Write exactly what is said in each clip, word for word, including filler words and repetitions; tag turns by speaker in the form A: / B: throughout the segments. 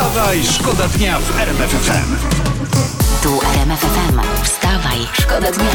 A: Wstawaj, szkoda dnia w R M F F M.
B: Tu R M F F M. Wstawaj, szkoda dnia.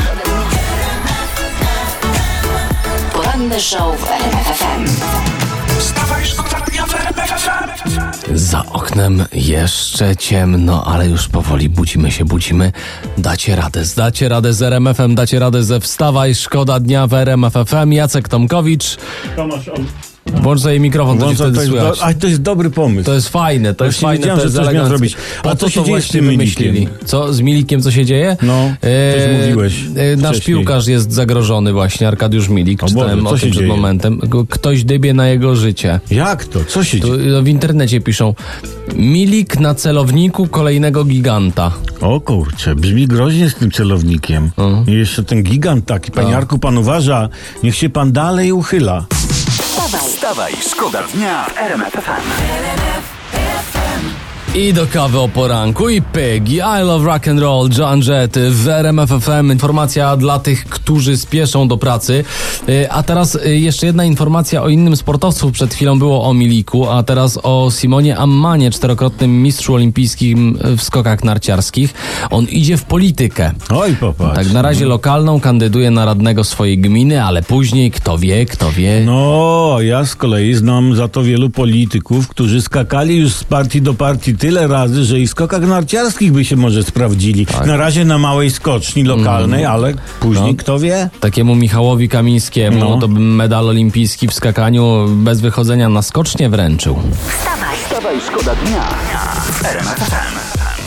B: Poranny show w R M F F M.
A: Wstawaj, szkoda dnia w R M F F M.
C: Za oknem jeszcze ciemno, ale już powoli budzimy się, budzimy. Dacie radę, dacie radę z R M F M, dacie radę ze Wstawaj, szkoda dnia w R M F F M. Jacek Tomkowicz.
D: Tomasz, on...
C: Włącz sobie mikrofon, to
D: Włącza,
C: cię wtedy
D: to jest
C: słychać.
D: do, a to jest dobry pomysł.
C: To jest fajne, to jest
D: Właśnie
C: fajne,
D: wiedziałem,
C: to jest
D: że coś miał
C: eleganckie.
D: zrobić. A
C: Po
D: co
C: to
D: się
C: to
D: dzieje z
C: właśnie
D: tym
C: wymyślili.
D: Milikiem?
C: Co? Z Milikiem co się dzieje?
D: No, coś mówiłeś
C: e, Nasz
D: wcześniej.
C: piłkarz jest zagrożony właśnie, Arkadiusz Milik.
D: O Boże,
C: Czytałem
D: co
C: o
D: się
C: tym przed
D: dzieje?
C: momentem. Ktoś dybie na jego życie.
D: Jak to? Co się
C: Tu,
D: dzieje?
C: no, w internecie piszą: Milik na celowniku kolejnego giganta.
D: O kurczę, brzmi groźnie z tym celownikiem.
C: Mhm.
D: I jeszcze ten gigant taki. Panie
C: Tak.
D: Jarku, pan uważa, niech się pan dalej uchyla.
A: Wstawaj, szkoda dnia w R M F F M.
C: I do kawy o poranku, i pyk, i I Love Rock and Roll, Joan Jett w R M F F M. Informacja dla tych, którzy spieszą do pracy. Yy, A teraz yy, jeszcze jedna informacja o innym sportowcu. Przed chwilą było o Miliku, a teraz o Simonie Ammanie, czterokrotnym mistrzu olimpijskim w skokach narciarskich. On idzie w politykę.
D: Oj, popatrz.
C: Tak, na razie lokalną, kandyduje na radnego swojej gminy, ale później kto wie, kto wie.
D: No, ja z kolei znam za to wielu polityków, którzy skakali już z partii do partii tyle razy, że i w skokach narciarskich by się może sprawdzili.
C: Tak.
D: Na razie na małej skoczni lokalnej,
C: Mm.
D: ale później
C: No.
D: kto wie?
C: Takiemu Michałowi Kamińskiemu
D: No.
C: to bym medal olimpijski w skakaniu bez wychodzenia na skocznie wręczył.
B: Wstawaj,
A: Wstawaj, szkoda dnia w R M F F M.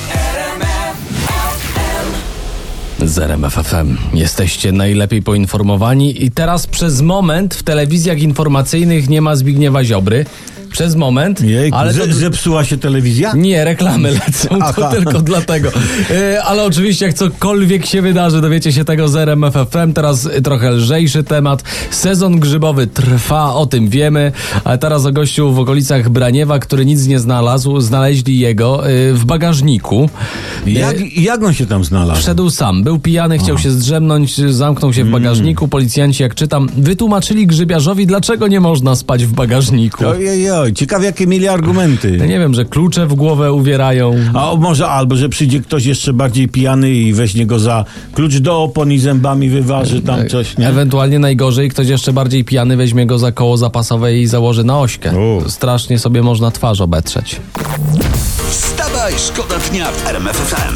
C: Z R M F F M. Jesteście najlepiej poinformowani i teraz przez moment w telewizjach informacyjnych nie ma Zbigniewa Ziobry. Przez moment,
D: Jejku,
C: ale to...
D: ze- zepsuła się telewizja?
C: Nie, reklamy lecą, to
D: Aha.
C: tylko dlatego. E, ale oczywiście jak cokolwiek się wydarzy, dowiecie się tego z R M F F M. Teraz e, trochę lżejszy temat. Sezon grzybowy trwa, o tym wiemy. Ale teraz o gościu w okolicach Braniewa, który nic nie znalazł. Znaleźli jego e, w bagażniku. E,
D: Jak, jak on się tam znalazł?
C: Wszedł sam, był pijany, chciał się zdrzemnąć, zamknął się w bagażniku. Policjanci, jak czytam, wytłumaczyli grzybiarzowi, dlaczego nie można spać w bagażniku.
D: Ojej, oj, ciekawe jakie mieli argumenty.
C: Ja nie wiem, że klucze w głowę uwierają.
D: A o, może albo, że przyjdzie ktoś jeszcze bardziej pijany i weźmie go za klucz do opon i zębami wyważy tam coś, nie?
C: Ewentualnie najgorzej, ktoś jeszcze bardziej pijany weźmie go za koło zapasowe i założy na ośkę.
D: U.
C: Strasznie sobie można twarz obetrzeć.
A: Wstawaj, szkoda dnia w R M F F M.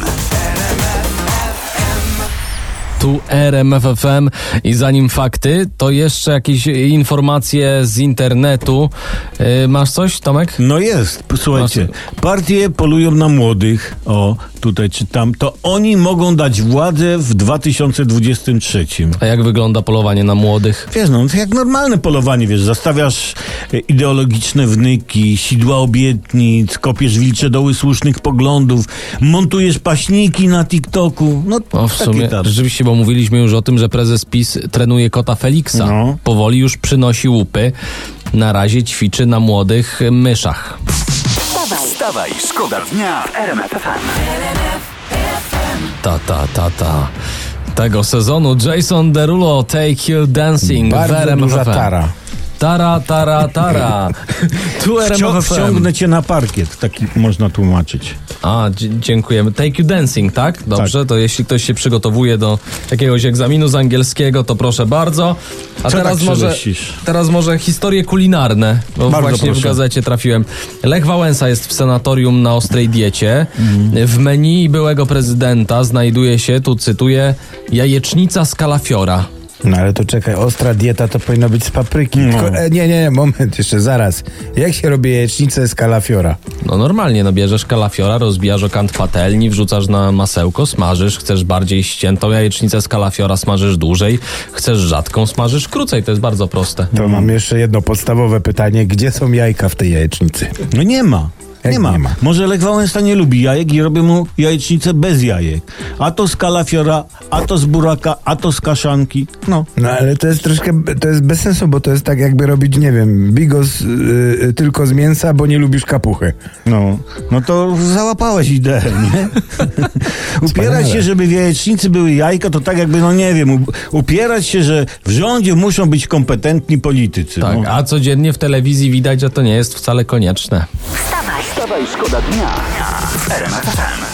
C: Tu R M F F M i zanim fakty, to jeszcze jakieś informacje z internetu. Yy, masz coś, Tomek?
D: No jest, słuchajcie, partie polują na młodych, o, tutaj czytam, to oni mogą dać władzę w dwa tysiące dwudziestym trzecim.
C: A jak wygląda polowanie na młodych?
D: Wiesz, no to jak normalne polowanie, wiesz, zastawiasz e, ideologiczne wnyki, sidła obietnic, kopiesz wilcze doły słusznych poglądów, montujesz paśniki na TikToku, no
C: O, w
D: taki
C: sumie
D: tarcz.
C: rzeczywiście, bo mówiliśmy już o tym, że prezes PiS trenuje kota Feliksa.
D: No.
C: Powoli już przynosi łupy. Na razie ćwiczy na młodych myszach.
A: Wstawaj, szkoda dnia w R M F F M.
C: Ta, ta, ta, ta. Tego sezonu Jason Derulo, Take You Dancing w
E: Bardzo
C: R M F F M.
E: duża tara.
C: Tara, tara, tara. Tu R M
D: Wcią-
C: F F M.
D: wciągnę cię na parkiet, taki można tłumaczyć.
C: A, dzie- dziękujemy. Take You Dancing, tak? Dobrze, to jeśli ktoś się przygotowuje do jakiegoś egzaminu z angielskiego, to proszę bardzo. A
D: Co
C: teraz
D: tak
C: może
D: szeleścisz?
C: teraz może historie kulinarne, bo
D: Bardzo
C: właśnie
D: proszę.
C: w gazecie trafiłem. Lech Wałęsa jest w sanatorium na ostrej diecie.
D: Mhm.
C: W menu byłego prezydenta znajduje się, tu cytuję, jajecznica z kalafiora.
E: No ale to czekaj, ostra dieta to powinno być z papryki.
D: No.
E: Tylko, e, nie, nie, nie, moment, jeszcze zaraz. Jak się robi jajecznicę z kalafiora?
C: No normalnie, no bierzesz kalafiora, rozbijasz o kant patelni, wrzucasz na masełko, smażysz, chcesz bardziej ściętą jajecznicę z kalafiora, smażysz dłużej, chcesz rzadką, smażysz krócej, to jest bardzo proste.
E: To mam jeszcze jedno podstawowe pytanie. Gdzie są jajka w tej jajecznicy?
D: No nie ma.
E: Jak
D: Nie ma.
E: nie ma?
D: Może Lech Wałęsa nie lubi jajek i robią mu jajecznicę bez jajek. A to z kalafiora, a to z buraka, a to z kaszanki. No.
E: No ale to jest troszkę, to jest bez sensu, bo to jest tak jakby robić, nie wiem, bigos y, y, tylko z mięsa, bo nie lubisz kapuchy.
D: No, no to załapałeś ideę, nie? Upierać
E: Wspaniale.
D: się, żeby w jajecznicy były jajka, to tak jakby, no nie wiem, u- upierać się, że w rządzie muszą być kompetentni politycy.
C: Tak,
D: no.
C: a codziennie w telewizji widać, że to nie jest wcale konieczne.
B: wstawaj,
A: Wstawaj, szkoda dnia w R M F F M.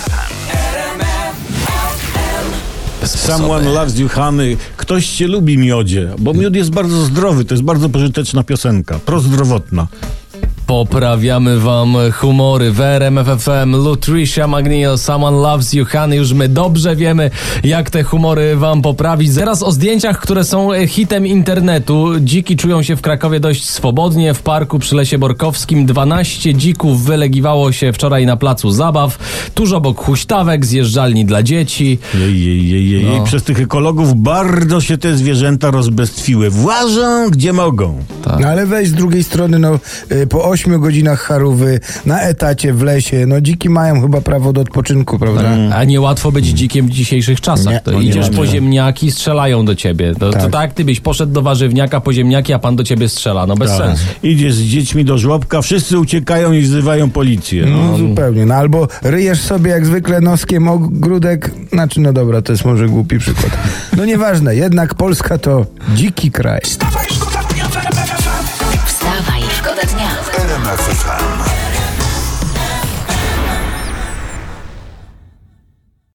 D: Someone loves you, honey. Ktoś cię lubi, miodzie, bo miód jest bardzo zdrowy, to jest bardzo pożyteczna piosenka, prozdrowotna.
C: Poprawiamy wam humory w R M F F M. Lutricia McNeil, Someone Loves You, Honey. Już my dobrze wiemy, jak te humory wam poprawić. Teraz o zdjęciach, które są hitem internetu. Dziki czują się w Krakowie dość swobodnie. W parku przy Lesie Borkowskim dwanaście dzików wylegiwało się wczoraj na placu zabaw. Tuż obok huśtawek, zjeżdżalni dla dzieci.
D: Jej, jej, jej, jej.
C: No.
D: Przez tych ekologów bardzo się te zwierzęta rozbestwiły. Włażą, gdzie mogą.
E: No ale weź z drugiej strony, no y, po ośmiu godzinach charówy, na etacie, w lesie, no dziki mają chyba prawo do odpoczynku, prawda?
C: A niełatwo być dzikiem w dzisiejszych czasach.
E: Nie,
C: to
E: no
C: idziesz
E: nie,
C: po
E: nie.
C: ziemniaki, strzelają do ciebie. To tak. to tak, ty byś poszedł do warzywniaka po ziemniaki, a pan do ciebie strzela. No bez
D: Tak.
C: sensu.
D: Idziesz z dziećmi do żłobka, wszyscy uciekają i wzywają policję. No.
E: No zupełnie, no albo ryjesz sobie jak zwykle noskiem ogródek, znaczy no dobra, to jest może głupi przykład. No nieważne, jednak Polska to dziki kraj.
A: Wstawaj, szkoda dnia w R M F F M.
B: Wstawaj, szkoda dnia.
A: R M F F M.